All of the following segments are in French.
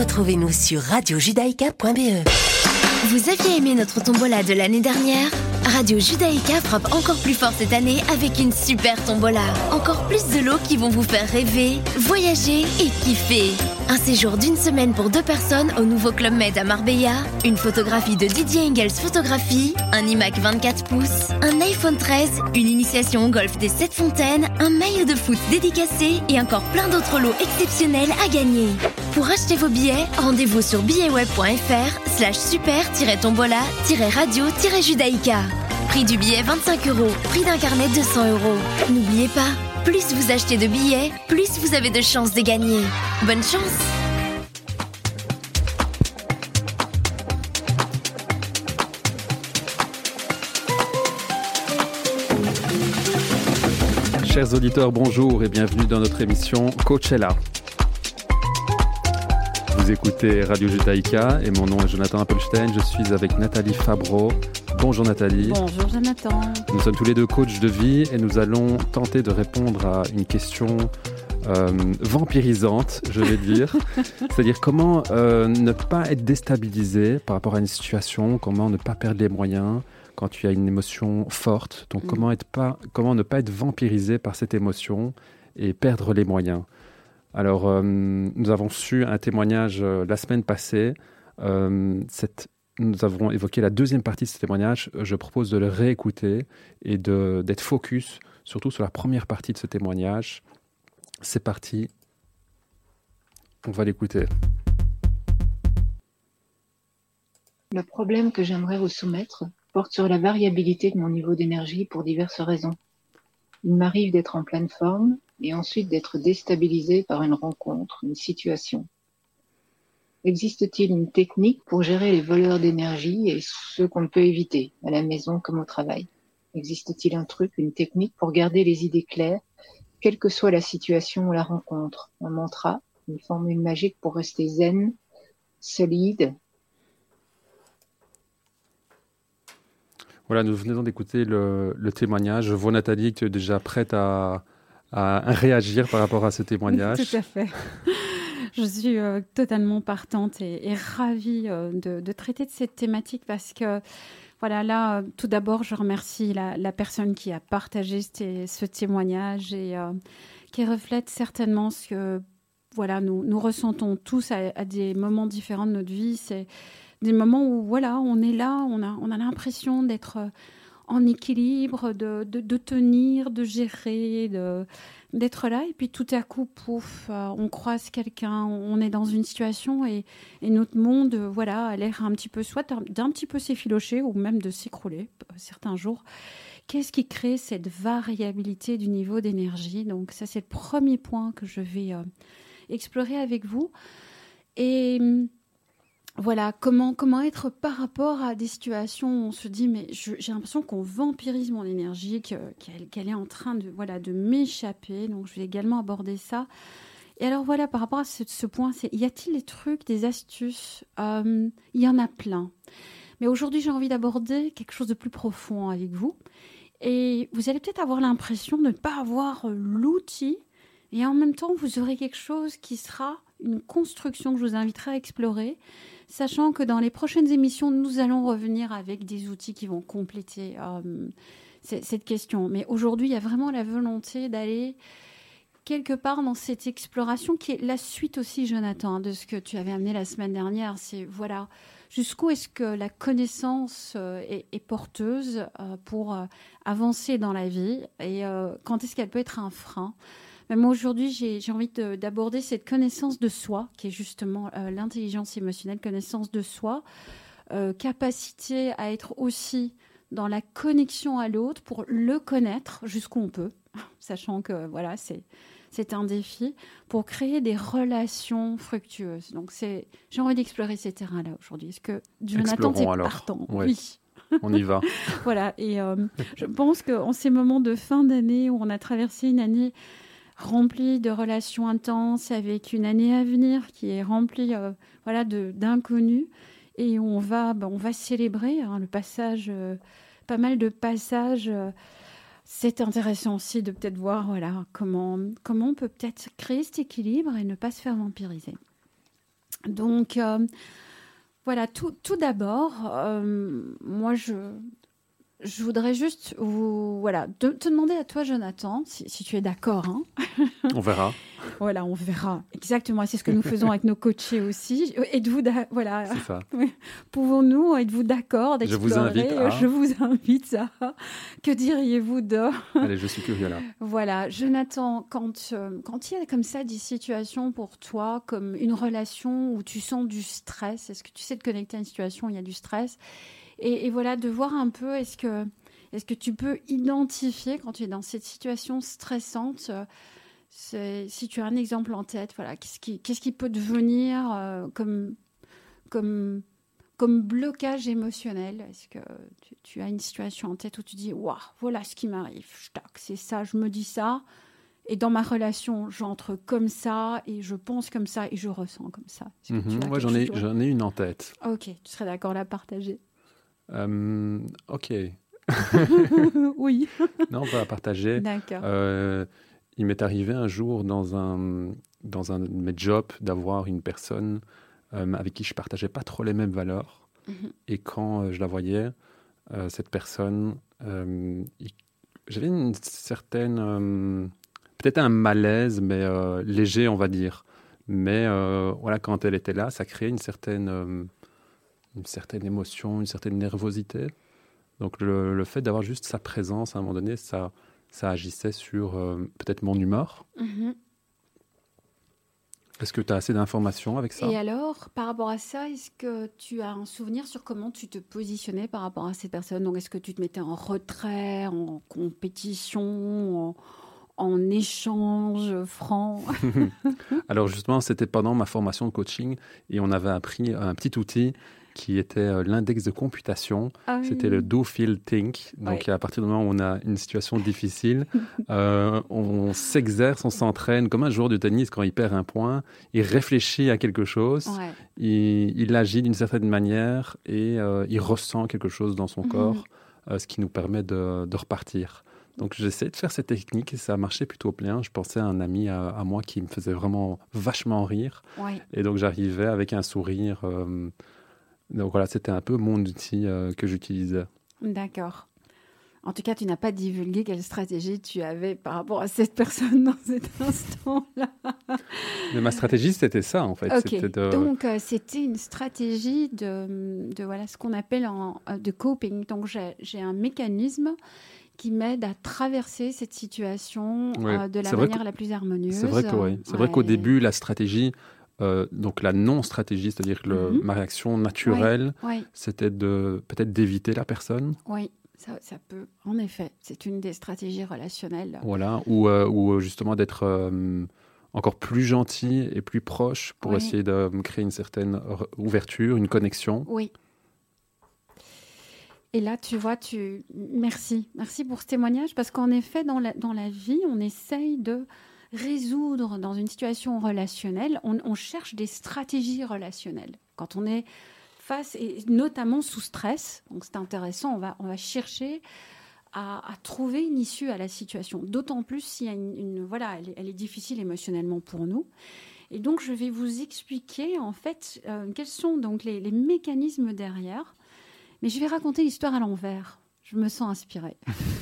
Retrouvez-nous sur radiojudaïka.be. Vous aviez aimé notre tombola de l'année dernière ? Radio Judaïka frappe encore plus fort cette année avec une super tombola. Encore plus de lots qui vont vous faire rêver, voyager et kiffer. Un séjour d'une semaine pour 2 personnes au nouveau Club Med à Marbella, une photographie de Didier Engels Photographie, un iMac 24 pouces, un iPhone 13, une initiation au golf des 7 fontaines, un maillot de foot dédicacé et encore plein d'autres lots exceptionnels à gagner. Pour acheter vos billets, rendez-vous sur billetweb.fr/super-tombola-radio-judaïka. Prix du billet 25 €, prix d'un carnet 200 €. N'oubliez pas, plus vous achetez de billets, plus vous avez de chances de gagner. Bonne chance! Chers auditeurs, bonjour et bienvenue dans notre émission Coachella. Vous écoutez Radio Judaïka et mon nom est Jonathan Appelstein. Je suis avec Nathalie Fabreau. Bonjour Nathalie. Bonjour Jonathan. Nous sommes tous les deux coachs de vie et nous allons tenter de répondre à une question vampirisante, je vais dire. C'est-à-dire comment ne pas être déstabilisé par rapport à une situation, comment ne pas perdre les moyens quand tu as une émotion forte. Donc comment ne pas être vampirisé par cette émotion et perdre les moyens. Alors, nous avons su un témoignage la semaine passée. Nous avons évoqué la deuxième partie de ce témoignage. Je propose de le réécouter et d'être focus, surtout sur la première partie de ce témoignage. C'est parti. On va l'écouter. Le problème que j'aimerais vous soumettre porte sur la variabilité de mon niveau d'énergie pour diverses raisons. Il m'arrive d'être en pleine forme et ensuite d'être déstabilisé par une rencontre, une situation. Existe-t-il une technique pour gérer les voleurs d'énergie et ceux qu'on ne peut éviter, à la maison comme au travail? Existe-t-il un truc, une technique pour garder les idées claires, quelle que soit la situation ou la rencontre? Un mantra, une formule magique pour rester zen, solide? Voilà, nous venons d'écouter le témoignage. Je vois Nathalie que tu es déjà prête à réagir par rapport à ce témoignage. Tout à fait. Je suis totalement partante et ravie de traiter de cette thématique parce que, voilà, là, tout d'abord, je remercie la personne qui a partagé ce témoignage et qui reflète certainement ce que, voilà, nous ressentons tous à des moments différents de notre vie. C'est des moments où, voilà, on est là, on a l'impression d'être en équilibre, de tenir, de gérer, d'être là. Et puis tout à coup, pouf, on croise quelqu'un, on est dans une situation et notre monde, voilà, a l'air un petit peu, soit d'un petit peu s'effilocher ou même de s'écrouler certains jours. Qu'est-ce qui crée cette variabilité du niveau d'énergie? Donc ça, c'est le premier point que je vais explorer avec vous. Et voilà, comment être par rapport à des situations où on se dit mais j'ai l'impression qu'on vampirise mon énergie, qu'elle est en train de m'échapper. Donc je vais également aborder ça. Et alors voilà, par rapport à ce point, y a-t-il des trucs, des astuces? Il y en a plein. Mais aujourd'hui, j'ai envie d'aborder quelque chose de plus profond avec vous. Et vous allez peut-être avoir l'impression de ne pas avoir l'outil. Et en même temps, vous aurez quelque chose qui sera une construction que je vous inviterai à explorer, sachant que dans les prochaines émissions, nous allons revenir avec des outils qui vont compléter cette question. Mais aujourd'hui, il y a vraiment la volonté d'aller quelque part dans cette exploration qui est la suite aussi, Jonathan, de ce que tu avais amené la semaine dernière. C'est, voilà, jusqu'où est-ce que la connaissance est porteuse pour avancer dans la vie et quand est-ce qu'elle peut être un frein? Moi, aujourd'hui, j'ai envie d'aborder cette connaissance de soi, qui est justement l'intelligence émotionnelle, connaissance de soi, capacité à être aussi dans la connexion à l'autre pour le connaître jusqu'où on peut, sachant que voilà, c'est un défi, pour créer des relations fructueuses. Donc, j'ai envie d'explorer ces terrains-là aujourd'hui. Est-ce que Jonathan, t'es partant? Ouais. Oui. On y va. Voilà, et je pense qu'en ces moments de fin d'année où on a traversé une année remplie de relations intenses, avec une année à venir qui est remplie d'inconnus, et on va célébrer le passage, pas mal de passages. C'est intéressant aussi de peut-être voir comment on peut peut-être créer cet équilibre et ne pas se faire vampiriser. Donc, voilà, tout d'abord, moi, je voudrais juste te demander à toi, Jonathan, si tu es d'accord. Hein. On verra. Voilà, on verra. Exactement. C'est ce que nous faisons avec nos coachés aussi. Êtes-vous voilà. C'est ça. Pouvons-nous, êtes-vous d'accord d'explorer? Je vous invite à. Que diriez-vous de... Allez, je suis curieux là. Voilà, Jonathan, quand il y a comme ça des situations pour toi, comme une relation où tu sens du stress, est-ce que tu sais te connecter à une situation où il y a du stress? Et voilà, de voir un peu, est-ce que tu peux identifier quand tu es dans cette situation stressante, si tu as un exemple en tête, voilà, qu'est-ce qui peut devenir comme blocage émotionnel? Est-ce que tu as une situation en tête où tu dis, waouh, voilà ce qui m'arrive, c'est ça, je me dis ça, et dans ma relation, j'entre comme ça, et je pense comme ça, et je ressens comme ça. Moi, j'en ai une en tête. Ok, tu serais d'accord à la partager? Ok. Oui. Non, on va la partager. D'accord. Il m'est arrivé un jour dans un de mes jobs d'avoir une personne avec qui je partageais pas trop les mêmes valeurs. Et quand je la voyais, cette personne, j'avais une certaine, peut-être un malaise, mais léger, on va dire. Mais voilà, quand elle était là, ça créait une certaine émotion, une certaine nervosité. Donc le fait d'avoir juste sa présence, à un moment donné, ça agissait sur peut-être mon humeur. Est-ce que tu as assez d'informations avec ça? Et alors, par rapport à ça, est-ce que tu as un souvenir sur comment tu te positionnais par rapport à cette personne? Donc, est-ce que tu te mettais en retrait, en compétition, en échange franc? Alors justement, c'était pendant ma formation de coaching et on avait appris un petit outil qui était l'index de computation. Ah oui. C'était le Do, Feel, Think. Donc, à partir du moment où on a une situation difficile, on s'exerce, on s'entraîne, comme un joueur de tennis, quand il perd un point, il réfléchit à quelque chose, il agit d'une certaine manière et il ressent quelque chose dans son corps, ce qui nous permet de repartir. Donc, j'essaie de faire cette technique et ça a marché plutôt bien. Je pensais à un ami à moi qui me faisait vraiment vachement rire. Et donc, j'arrivais avec un sourire... Donc voilà, c'était un peu mon outil que j'utilisais. D'accord. En tout cas, tu n'as pas divulgué quelle stratégie tu avais par rapport à cette personne dans cet instant-là. Mais ma stratégie, c'était ça, en fait. Okay. Donc, c'était une stratégie de voilà, ce qu'on appelle de coping. Donc, j'ai un mécanisme qui m'aide à traverser cette situation de la manière la plus harmonieuse. C'est vrai vrai qu'au début, la stratégie... donc la non-stratégie, c'est-à-dire que ma réaction naturelle, c'était peut-être d'éviter la personne. Oui, ça peut, en effet. C'est une des stratégies relationnelles. Voilà, ou justement d'être encore plus gentil et plus proche pour essayer de créer une certaine ouverture, une connexion. Oui. Et là, tu vois, merci pour ce témoignage, parce qu'en effet, dans la vie, on essaye de résoudre dans une situation relationnelle, on cherche des stratégies relationnelles. Quand on est face, et notamment sous stress, donc c'est intéressant, on va chercher à trouver une issue à la situation. D'autant plus s'il y a elle est difficile émotionnellement pour nous. Et donc, je vais vous expliquer, en fait, quels sont donc les mécanismes derrière. Mais je vais raconter l'histoire à l'envers. Je me sens inspirée.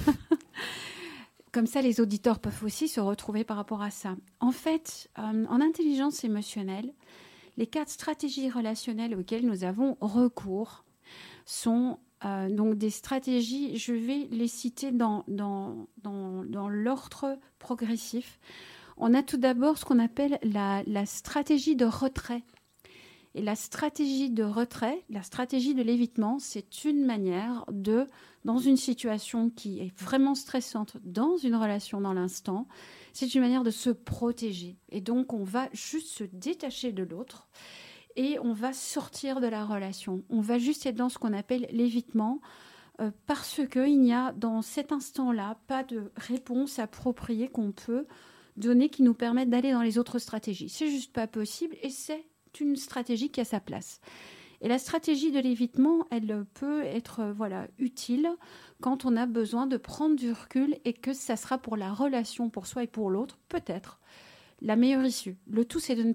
Comme ça, les auditeurs peuvent aussi se retrouver par rapport à ça. En fait, en intelligence émotionnelle, les 4 stratégies relationnelles auxquelles nous avons recours sont donc des stratégies, je vais les citer dans l'ordre progressif. On a tout d'abord ce qu'on appelle la stratégie de retrait. Et la stratégie de retrait, la stratégie de l'évitement, c'est une manière dans une situation qui est vraiment stressante, dans une relation dans l'instant, c'est une manière de se protéger. Et donc, on va juste se détacher de l'autre et on va sortir de la relation. On va juste être dans ce qu'on appelle l'évitement parce qu'il n'y a, dans cet instant-là, pas de réponse appropriée qu'on peut donner qui nous permette d'aller dans les autres stratégies. C'est juste pas possible et c'est une stratégie qui a sa place. Et la stratégie de l'évitement, elle peut être utile quand on a besoin de prendre du recul et que ça sera pour la relation, pour soi et pour l'autre, peut-être la meilleure issue. Le tout, c'est de ne pas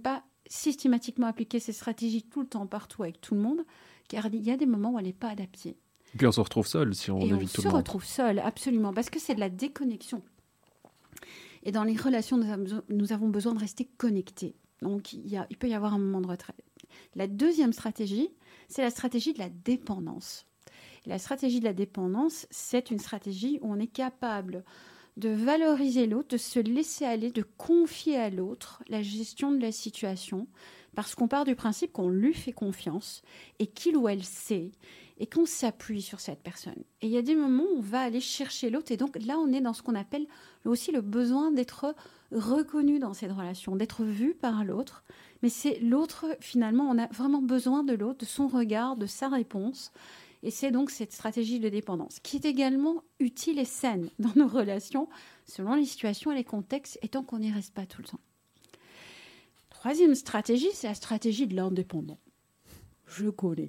systématiquement appliquer ces stratégies tout le temps, partout, avec tout le monde, car il y a des moments où elle n'est pas adaptée. Et puis on se retrouve seul si on évite tout le monde. On se retrouve seul, absolument, parce que c'est de la déconnexion. Et dans les relations, nous avons besoin de rester connectés. Donc, il peut y avoir un moment de retrait. La deuxième stratégie, c'est la stratégie de la dépendance. Et la stratégie de la dépendance, c'est une stratégie où on est capable de valoriser l'autre, de se laisser aller, de confier à l'autre la gestion de la situation, parce qu'on part du principe qu'on lui fait confiance et qu'il ou elle sait, et qu'on s'appuie sur cette personne. Et il y a des moments où on va aller chercher l'autre, et donc là, on est dans ce qu'on appelle aussi le besoin d'être reconnu dans cette relation, d'être vu par l'autre. Mais c'est l'autre, finalement, on a vraiment besoin de l'autre, de son regard, de sa réponse. Et c'est donc cette stratégie de dépendance qui est également utile et saine dans nos relations, selon les situations et les contextes, et tant qu'on n'y reste pas tout le temps. Troisième stratégie, c'est la stratégie de l'indépendant. Je connais.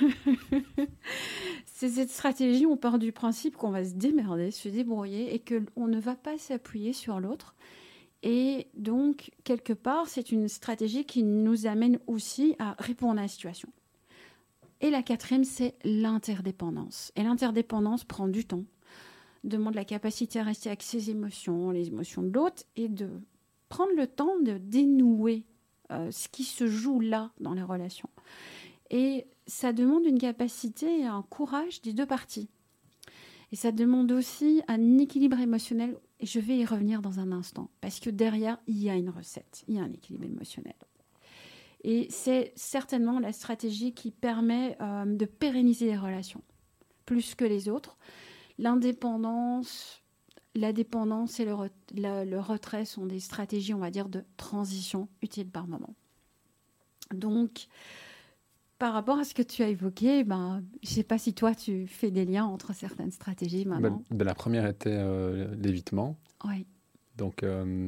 C'est cette stratégie où on part du principe qu'on va se démerder, se débrouiller, et qu'on ne va pas s'appuyer sur l'autre. Et donc, quelque part, c'est une stratégie qui nous amène aussi à répondre à la situation. Et la quatrième, c'est l'interdépendance. Et l'interdépendance prend du temps, demande la capacité à rester avec ses émotions, les émotions de l'autre, et de prendre le temps de dénouer ce qui se joue là dans les relations. Et ça demande une capacité et un courage des deux parties. Et ça demande aussi un équilibre émotionnel, et je vais y revenir dans un instant, parce que derrière, il y a une recette, il y a un équilibre émotionnel. Et c'est certainement la stratégie qui permet de pérenniser les relations, plus que les autres. L'indépendance, la dépendance et le retrait sont des stratégies, on va dire, de transition utiles par moment. Donc, par rapport à ce que tu as évoqué, je ne sais pas si toi, tu fais des liens entre certaines stratégies maintenant. La première était l'évitement. Oui. Donc,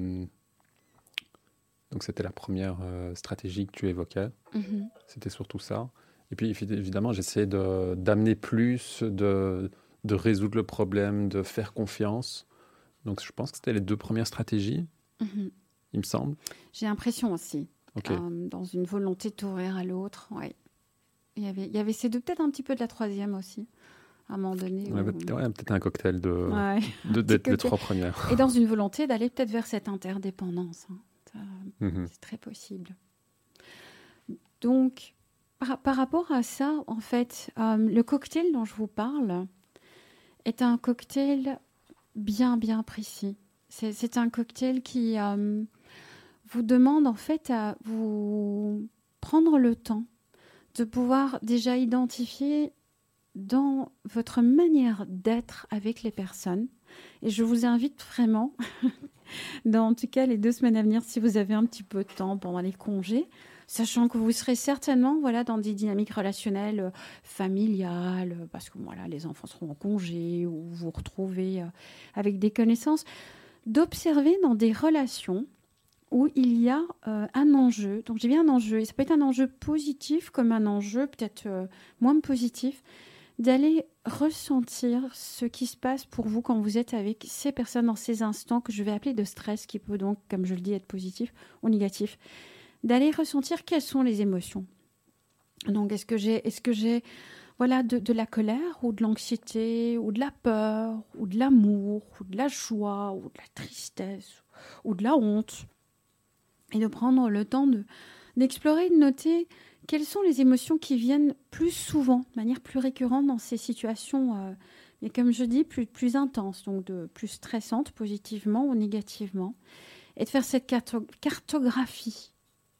c'était la première stratégie que tu évoquais. Mm-hmm. C'était surtout ça. Et puis, évidemment, j'essayais d'amener plus, de résoudre le problème, de faire confiance. Donc, je pense que c'était les deux premières stratégies, il me semble. J'ai l'impression aussi. Okay. Dans une volonté de t'ouvrir à l'autre, oui. Il y avait ces deux, peut-être un petit peu de la troisième aussi, à un moment donné. Peut-être un cocktail de trois premières. Et dans une volonté d'aller peut-être vers cette interdépendance. C'est très possible. Donc, par rapport à ça, en fait, le cocktail dont je vous parle est un cocktail bien, bien précis. C'est un cocktail qui vous demande, en fait, à vous prendre le temps de pouvoir déjà identifier dans votre manière d'être avec les personnes. Et je vous invite vraiment, dans en tout cas les 2 semaines à venir, si vous avez un petit peu de temps pendant les congés, sachant que vous serez certainement dans des dynamiques relationnelles familiales, parce que les enfants seront en congé, ou vous vous retrouvez avec des connaissances, d'observer dans des relations où il y a un enjeu. Donc j'ai bien un enjeu, et ça peut être un enjeu positif comme un enjeu peut-être moins positif, d'aller ressentir ce qui se passe pour vous quand vous êtes avec ces personnes dans ces instants que je vais appeler de stress, qui peut donc, comme je le dis, être positif ou négatif, d'aller ressentir quelles sont les émotions. Donc est-ce que j'ai de la colère, ou de l'anxiété, ou de la peur, ou de l'amour, ou de la joie, ou de la tristesse, ou de la honte, et de prendre le temps d'explorer, de noter quelles sont les émotions qui viennent plus souvent, de manière plus récurrente dans ces situations, mais comme je dis, plus intenses, donc plus stressantes, positivement ou négativement, et de faire cette cartographie.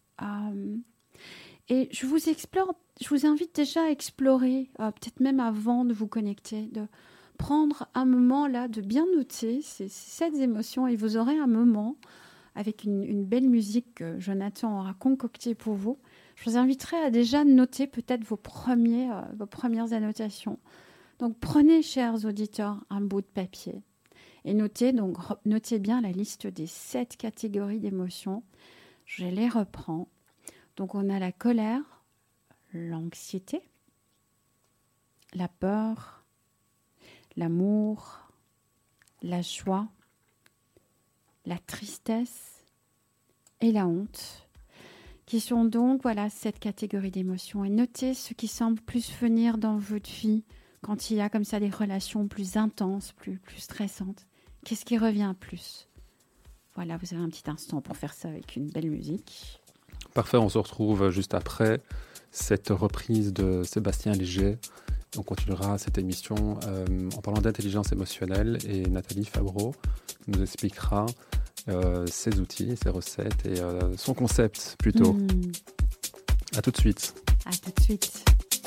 Et je vous invite déjà à explorer, peut-être même avant de vous connecter, de prendre un moment là, de bien noter ces émotions, et vous aurez un moment avec une belle musique que Jonathan aura concoctée pour vous. Je vous inviterai à déjà noter peut-être vos premières annotations. Donc prenez, chers auditeurs, un bout de papier et notez bien la liste des 7 catégories d'émotions. Je les reprends. Donc on a la colère, l'anxiété, la peur, l'amour, la joie, la tristesse et la honte, qui sont donc cette catégorie d'émotions. Et notez ce qui semble plus venir dans votre vie quand il y a comme ça des relations plus intenses, plus stressantes. Qu'est-ce qui revient plus ? Voilà, vous avez un petit instant pour faire ça avec une belle musique. Parfait, on se retrouve juste après cette reprise de Sébastien Léger. On continuera cette émission en parlant d'intelligence émotionnelle et Nathalie Fabreau nous expliquera ses outils, ses recettes et son concept plutôt. À tout de suite. À tout de suite.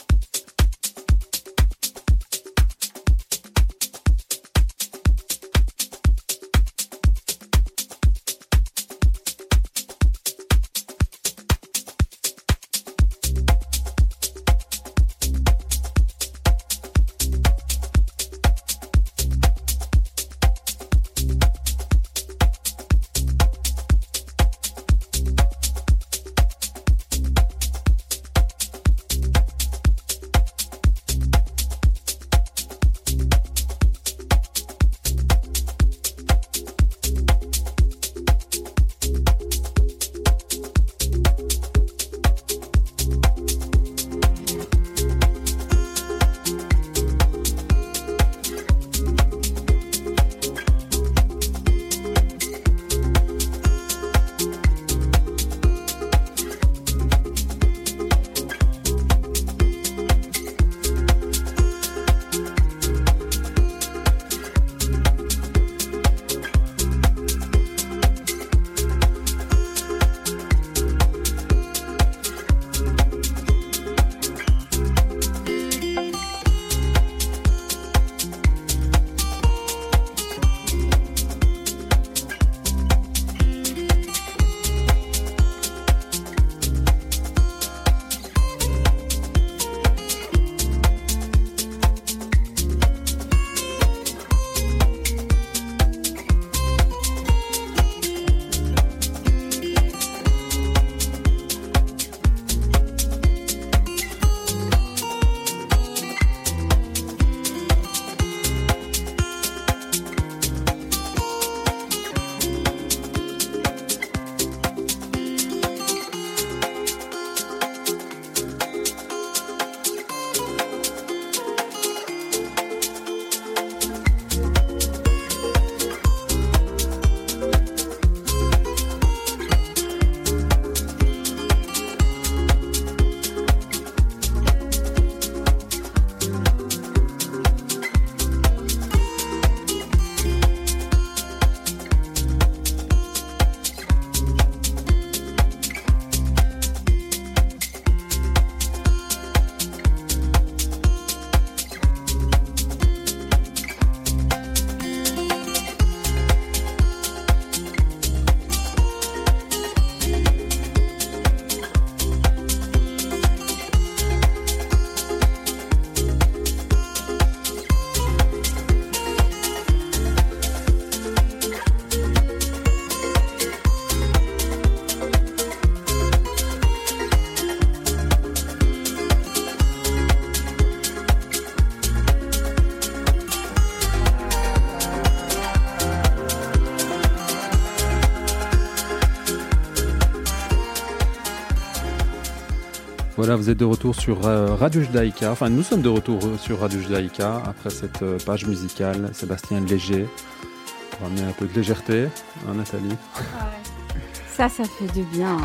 Voilà, vous êtes de retour sur Radio Judaïka. Enfin, nous sommes de retour sur Radio Judaïka après cette page musicale. Sébastien Léger, pour amener un peu de légèreté, hein, Nathalie? Ouais. Ça fait du bien.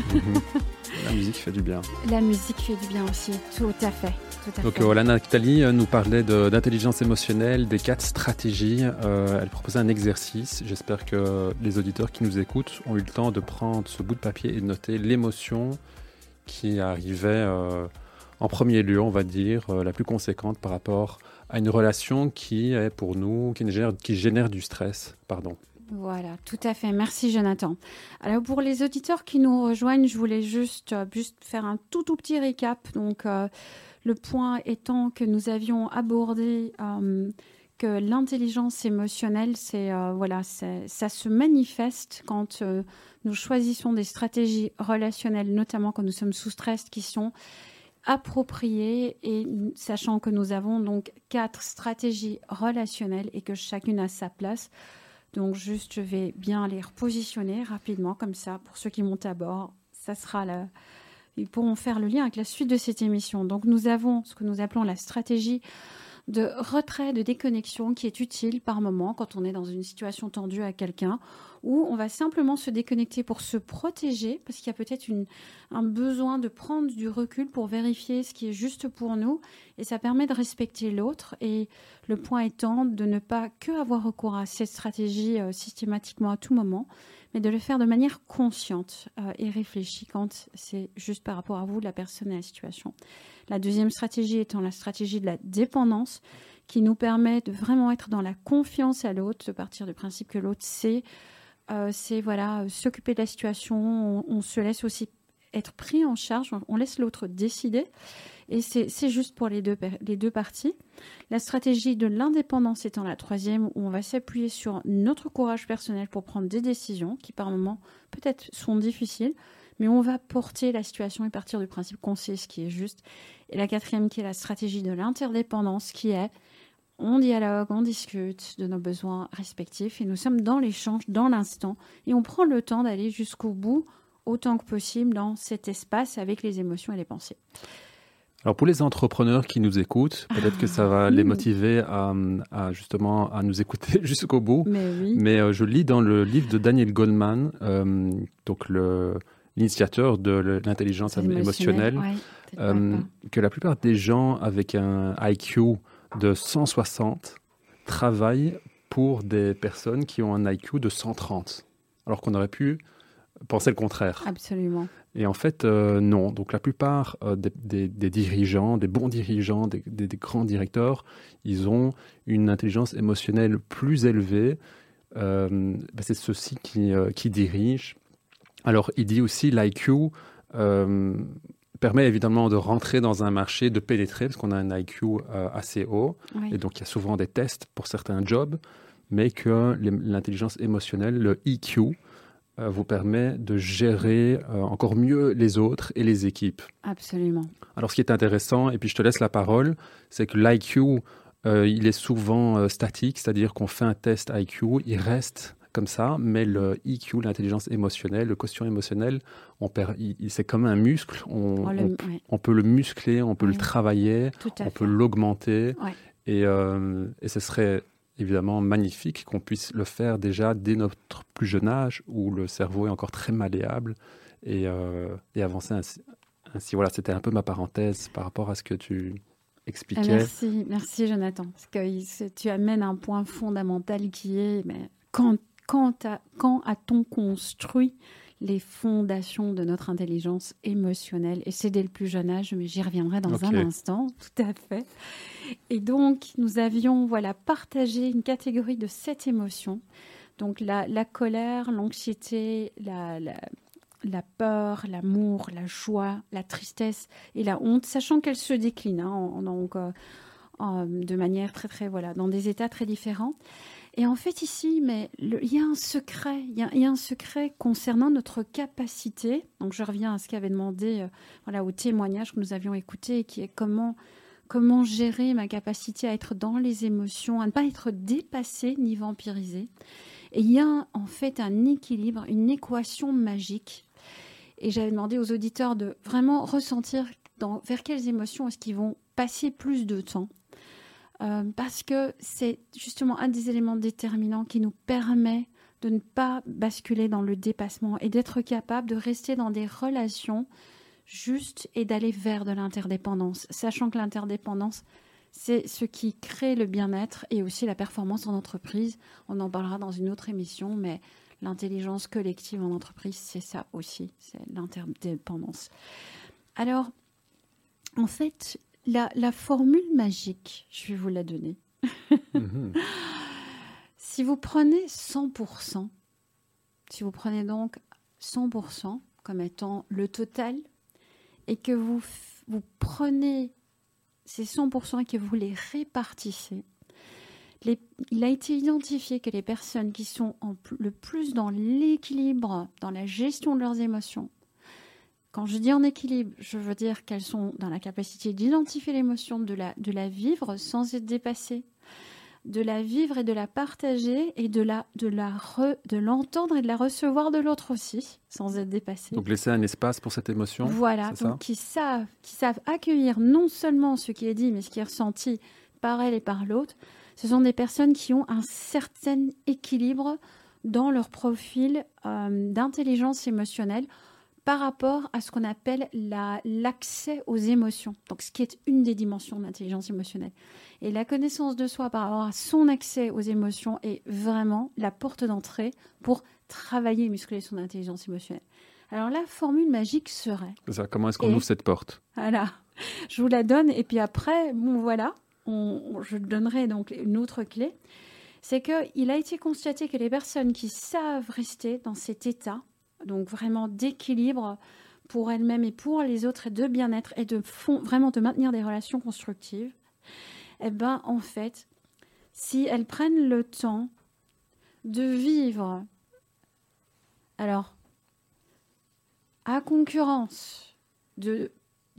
La musique fait du bien. La musique fait du bien aussi, tout à fait. Donc voilà, Nathalie nous parlait d'intelligence émotionnelle, des 4 stratégies. Elle proposait un exercice. J'espère que les auditeurs qui nous écoutent ont eu le temps de prendre ce bout de papier et de noter l'émotion qui arrivait en premier lieu, on va dire, la plus conséquente par rapport à une relation qui est pour nous, qui génère du stress. Pardon. Voilà, tout à fait. Merci, Jonathan. Alors, pour les auditeurs qui nous rejoignent, je voulais juste faire un tout petit récap. Donc, le point étant que nous avions abordé que l'intelligence émotionnelle, ça se manifeste quand nous choisissons des stratégies relationnelles, notamment quand nous sommes sous stress, qui sont appropriées, et sachant que nous avons donc 4 stratégies relationnelles et que chacune a sa place. Donc, je vais bien les repositionner rapidement, comme ça, pour ceux qui montent à bord, Ils pourront faire le lien avec la suite de cette émission. Donc, nous avons ce que nous appelons la stratégie de retrait, de déconnexion qui est utile par moment quand on est dans une situation tendue à quelqu'un, où on va simplement se déconnecter pour se protéger, parce qu'il y a peut-être un besoin de prendre du recul pour vérifier ce qui est juste pour nous, et ça permet de respecter l'autre. Et le point étant de ne pas que avoir recours à cette stratégie systématiquement à tout moment, mais de le faire de manière consciente et réfléchie quand c'est juste par rapport à vous, la personne et la situation. La deuxième stratégie étant la stratégie de la dépendance, qui nous permet de vraiment être dans la confiance à l'autre, de partir du principe que l'autre sait s'occuper de la situation, on se laisse aussi être pris en charge, on laisse l'autre décider, et c'est juste pour les deux parties. La stratégie de l'indépendance étant la troisième, où on va s'appuyer sur notre courage personnel pour prendre des décisions qui par moments peut-être sont difficiles, mais on va porter la situation et partir du principe qu'on sait ce qui est juste. Et la quatrième qui est la stratégie de l'interdépendance, qui est on dialogue, on discute de nos besoins respectifs et nous sommes dans l'échange, dans l'instant, et on prend le temps d'aller jusqu'au bout autant que possible dans cet espace avec les émotions et les pensées. Alors pour les entrepreneurs qui nous écoutent, peut-être que ça va les motiver à justement à nous écouter jusqu'au bout. Mais je lis dans le livre de Daniel Goleman, donc l'initiateur de l'intelligence émotionnelle, que la plupart des gens avec un IQ de 160 travaillent pour des personnes qui ont un IQ de 130, alors qu'on aurait pu penser le contraire. Absolument. Et en fait, non. Donc la plupart des dirigeants, des bons dirigeants, des grands directeurs, ils ont une intelligence émotionnelle plus élevée. C'est ceux-ci qui dirigent. Alors, il dit aussi l'IQ permet évidemment de rentrer dans un marché, de pénétrer, parce qu'on a un IQ assez haut. Oui. Et donc, il y a souvent des tests pour certains jobs, mais que l'intelligence émotionnelle, le EQ, vous permet de gérer encore mieux les autres et les équipes. Absolument. Alors, ce qui est intéressant, et puis je te laisse la parole, c'est que l'IQ, il est souvent statique, c'est-à-dire qu'on fait un test IQ, il reste comme ça, mais le EQ, l'intelligence émotionnelle, le quotient émotionnel, c'est comme un muscle, on peut le muscler, on peut le travailler, on peut l'augmenter, et ce serait évidemment magnifique qu'on puisse le faire déjà dès notre plus jeune âge, où le cerveau est encore très malléable, et avancer ainsi. Voilà, c'était un peu ma parenthèse par rapport à ce que tu expliquais. Merci Jonathan, parce que tu amènes un point fondamental qui est quand a-t-on construit les fondations de notre intelligence émotionnelle? Et c'est dès le plus jeune âge, mais j'y reviendrai dans un instant, tout à fait. Et donc, nous avions partagé une catégorie de 7 émotions. Donc, la colère, l'anxiété, la peur, l'amour, la joie, la tristesse et la honte, sachant qu'elles se déclinent de manière très, très, dans des états très différents. Et en fait, ici, il y a un secret. Il y a un secret concernant notre capacité. Donc, je reviens à ce qu'avait demandé, au témoignage que nous avions écouté, qui est comment gérer ma capacité à être dans les émotions, à ne pas être dépassée ni vampirisée. Et il y a en fait un équilibre, une équation magique. Et j'avais demandé aux auditeurs de vraiment ressentir vers quelles émotions est-ce qu'ils vont passer plus de temps. Parce que c'est justement un des éléments déterminants qui nous permet de ne pas basculer dans le dépassement et d'être capable de rester dans des relations justes et d'aller vers de l'interdépendance, sachant que l'interdépendance, c'est ce qui crée le bien-être et aussi la performance en entreprise. On en parlera dans une autre émission, mais l'intelligence collective en entreprise, c'est ça aussi, c'est l'interdépendance. Alors, en fait, la formule magique, je vais vous la donner. Si vous prenez 100%, si vous prenez donc 100% comme étant le total, et que vous prenez ces 100% et que vous les répartissez, il a été identifié que les personnes qui sont le plus dans l'équilibre, dans la gestion de leurs émotions, quand je dis en équilibre, je veux dire qu'elles sont dans la capacité d'identifier l'émotion, de la vivre sans être dépassées, de la vivre et de la partager et de l'entendre et de la recevoir de l'autre aussi, sans être dépassé. Donc laisser un espace pour cette émotion. Voilà, c'est donc ça qui savent accueillir non seulement ce qui est dit, mais ce qui est ressenti par elle et par l'autre. Ce sont des personnes qui ont un certain équilibre dans leur profil d'intelligence émotionnelle par rapport à ce qu'on appelle l'accès aux émotions, donc ce qui est une des dimensions de l'intelligence émotionnelle. Et la connaissance de soi par rapport à son accès aux émotions est vraiment la porte d'entrée pour travailler et muscler son intelligence émotionnelle. Alors la formule magique serait... C'est ça, comment est-ce qu'on ouvre cette porte? Voilà, je vous la donne et puis après, bon voilà, je donnerai donc une autre clé. C'est qu'il a été constaté que les personnes qui savent rester dans cet état, donc vraiment d'équilibre pour elles-mêmes et pour les autres et de bien-être et vraiment de maintenir des relations constructives, eh ben en fait, si elles prennent le temps de vivre, alors à concurrence de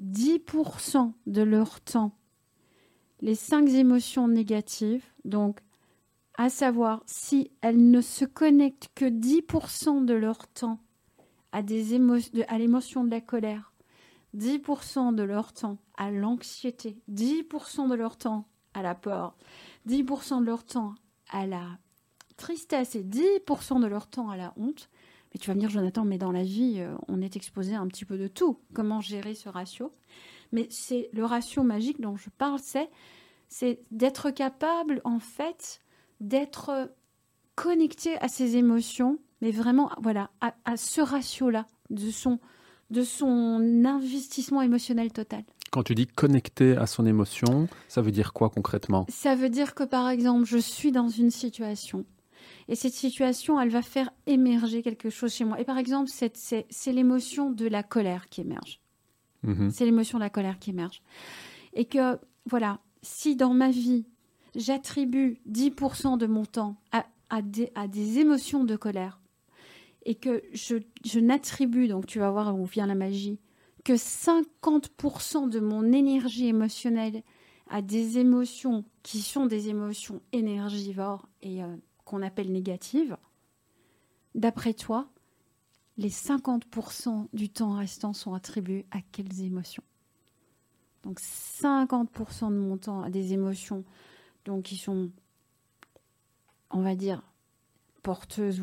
10% de leur temps, les 5 émotions négatives, donc à savoir si elles ne se connectent que 10% de leur temps à l'émotion de la colère, 10% de leur temps à l'anxiété, 10% de leur temps à la peur, 10% de leur temps à la tristesse et 10% de leur temps à la honte. Mais tu vas me dire, Jonathan, mais dans la vie, on est exposé à un petit peu de tout. Comment gérer ce ratio? Mais c'est le ratio magique dont je parle, c'est d'être capable, en fait, d'être connecté à ses émotions, mais vraiment, voilà, à ce ratio-là, de son investissement émotionnel total. Quand tu dis connecter à son émotion, ça veut dire quoi concrètement? Ça veut dire que, par exemple, je suis dans une situation, et cette situation, elle va faire émerger quelque chose chez moi. Et par exemple, c'est l'émotion de la colère qui émerge. Mmh. C'est l'émotion de la colère qui émerge. Et que, voilà, si dans ma vie, j'attribue 10% de mon temps à des émotions de colère et que je n'attribue, donc tu vas voir où vient la magie, que 50% de mon énergie émotionnelle à des émotions qui sont des émotions énergivores et qu'on appelle négatives, d'après toi, les 50% du temps restant sont attribués à quelles émotions? Donc 50% de mon temps à des émotions donc qui sont, on va dire, porteuses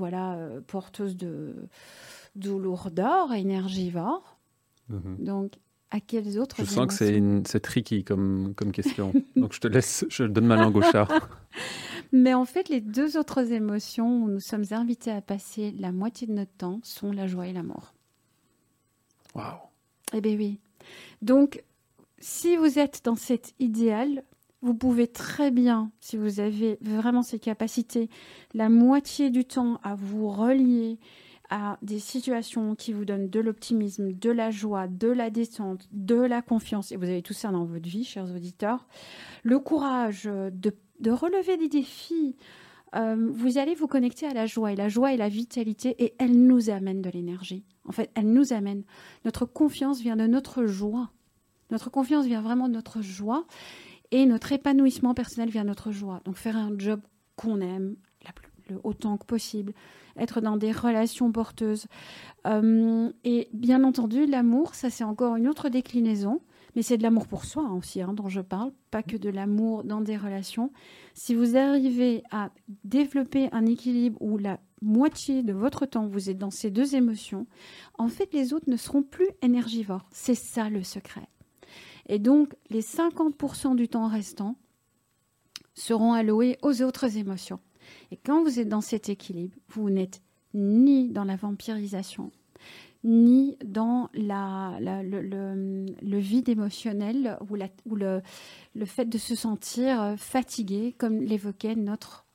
de lourdeur, énergivores. Mmh. Donc, à quelles autres émotions? Je sens que c'est tricky comme question. Donc, je donne ma langue au chat. Mais en fait, les 2 autres émotions où nous sommes invités à passer la moitié de notre temps sont la joie et l'amour. Waouh! Eh bien oui. Donc, si vous êtes dans cet idéal, vous pouvez très bien, si vous avez vraiment ces capacités, la moitié du temps à vous relier à des situations qui vous donnent de l'optimisme, de la joie, de la détente, de la confiance. Et vous avez tout ça dans votre vie, chers auditeurs. Le courage de relever des défis. Vous allez vous connecter à la joie. Et la joie est la vitalité et elle nous amène de l'énergie. En fait, elle nous amène. Notre confiance vient de notre joie. Notre confiance vient vraiment de notre joie. Et notre épanouissement personnel vient de notre joie. Donc faire un job qu'on aime autant que possible, être dans des relations porteuses. Et bien entendu, l'amour, ça c'est encore une autre déclinaison, mais c'est de l'amour pour soi aussi dont je parle, pas que de l'amour dans des relations. Si vous arrivez à développer un équilibre où la moitié de votre temps, vous êtes dans ces 2 émotions, en fait, les autres ne seront plus énergivores. C'est ça le secret. Et donc, les 50% du temps restant seront alloués aux autres émotions. Et quand vous êtes dans cet équilibre, vous n'êtes ni dans la vampirisation, ni dans le vide émotionnel ou le fait de se sentir fatigué, comme l'évoquait notre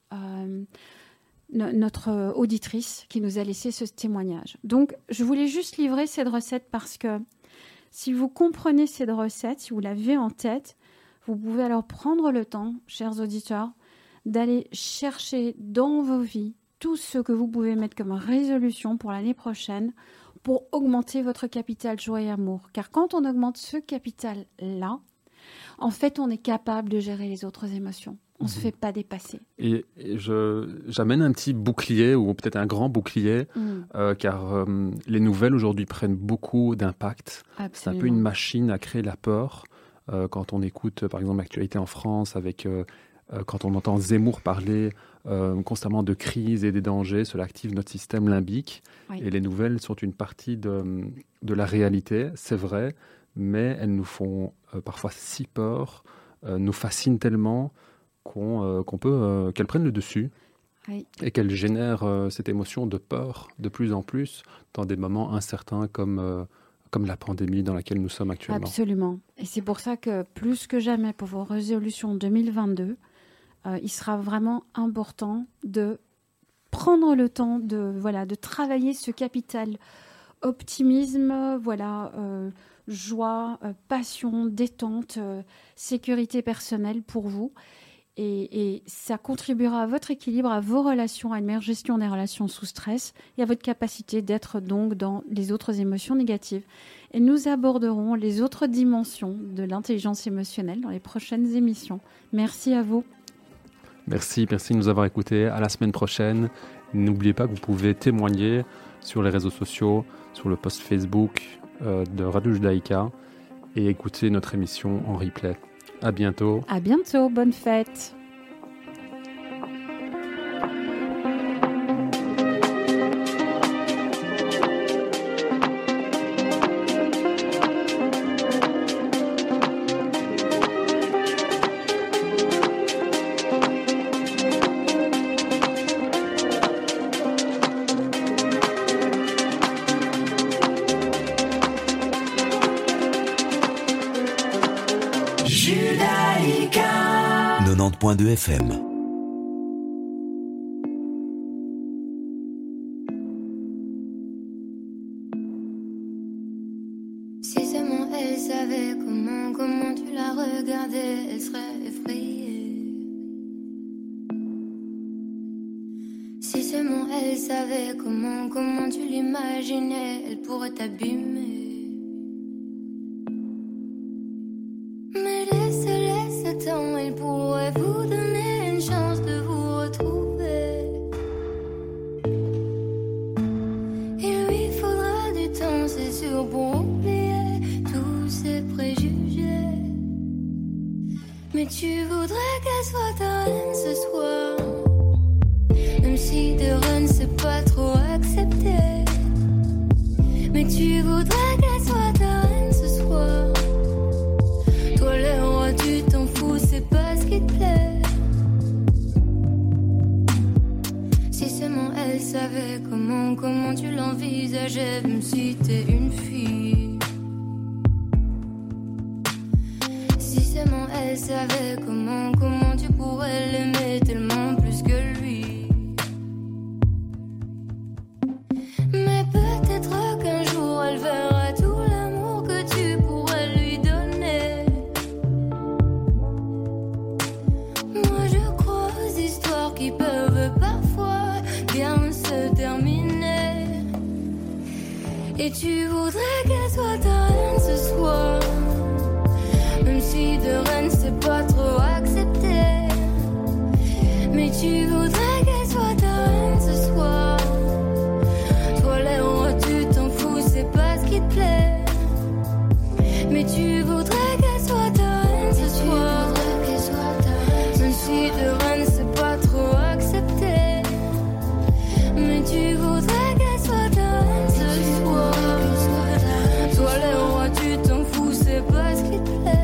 auditrice qui nous a laissé ce témoignage. Donc, je voulais juste livrer cette recette parce que si vous comprenez cette recette, si vous l'avez en tête, vous pouvez alors prendre le temps, chers auditeurs, d'aller chercher dans vos vies tout ce que vous pouvez mettre comme résolution pour l'année prochaine pour augmenter votre capital joie et amour. Car quand on augmente ce capital-là, en fait, on est capable de gérer les autres émotions. On ne se fait pas dépasser. Et j'amène un petit bouclier, ou peut-être un grand bouclier, car les nouvelles aujourd'hui prennent beaucoup d'impact. Absolument. C'est un peu une machine à créer la peur. Quand on écoute, par exemple, l'actualité en France, quand on entend Zemmour parler constamment de crise et des dangers, cela active notre système limbique. Oui. Et les nouvelles sont une partie de la réalité, c'est vrai, mais elles nous font parfois si peur, nous fascinent tellement qu'elles prennent le dessus. Oui. Et qu'elles génèrent cette émotion de peur de plus en plus dans des moments incertains comme la pandémie dans laquelle nous sommes actuellement. Absolument. Et c'est pour ça que plus que jamais pour vos résolutions 2022, il sera vraiment important de prendre le temps de travailler ce capital optimisme, joie, passion, détente, sécurité personnelle pour vous. Et ça contribuera à votre équilibre, à vos relations, à une meilleure gestion des relations sous stress et à votre capacité d'être donc dans les autres émotions négatives. Et nous aborderons les autres dimensions de l'intelligence émotionnelle dans les prochaines émissions. Merci à vous. Merci de nous avoir écoutés. À la semaine prochaine. N'oubliez pas que vous pouvez témoigner sur les réseaux sociaux, sur le post Facebook de Radio Judaïka et écouter notre émission en replay. À bientôt. À bientôt. Bonne fête. .2 FM. Si seulement elle savait comment tu la regardais, elle serait effrayée. Si seulement elle savait comment tu l'imaginais, elle pourrait t'abîmer. Mais laisse temps, elle pourrait vous donner une chance de vous retrouver. Il lui faudra du temps, c'est sûr, pour oublier tous ses préjugés. Mais tu voudrais qu'elle soit ta reine ce soir, même si de reine c'est pas trop accepté. Mais tu voudrais qu'elle soit ta reine ce soir. Toi le roi, tu t'en fous, c'est pas ce qui te plaît. Si seulement elle savait comment tu l'envisageais, même si t'es une fille. Si seulement elle savait comment tu pourrais l'aimer tellement plus que lui. Mais peut-être qu'un jour elle verra tout l'amour que tu pourrais lui donner. Moi je crois aux histoires qui peuvent parfois bien se terminer. Et tu voudrais qu'elle soit ta reine ce soir, même si de reine c'est pas trop accepté. Mais tu voudrais qu'elle soit ta reine ce soir. Toi les rois, tu t'en fous, c'est pas ce qui te plaît. Mais tu voudrais qu'elle soit ta reine ce soir, même si de reine c'est pas trop accepté. Mais tu voudrais qu'elle soit ta reine ce soir. Toi les rois, tu t'en fous, c'est pas ce qui te plaît.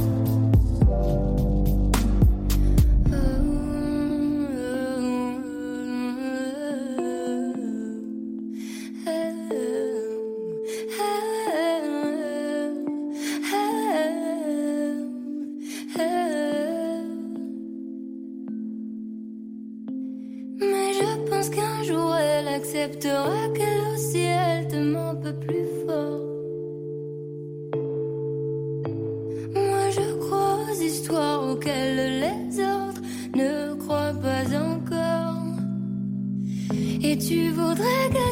Mais je pense qu'un jour elle acceptera qu'elle aussi elle t'aime un peu plus fort. Moi je crois aux histoires auxquelles les autres ne croient pas encore. Et tu voudrais que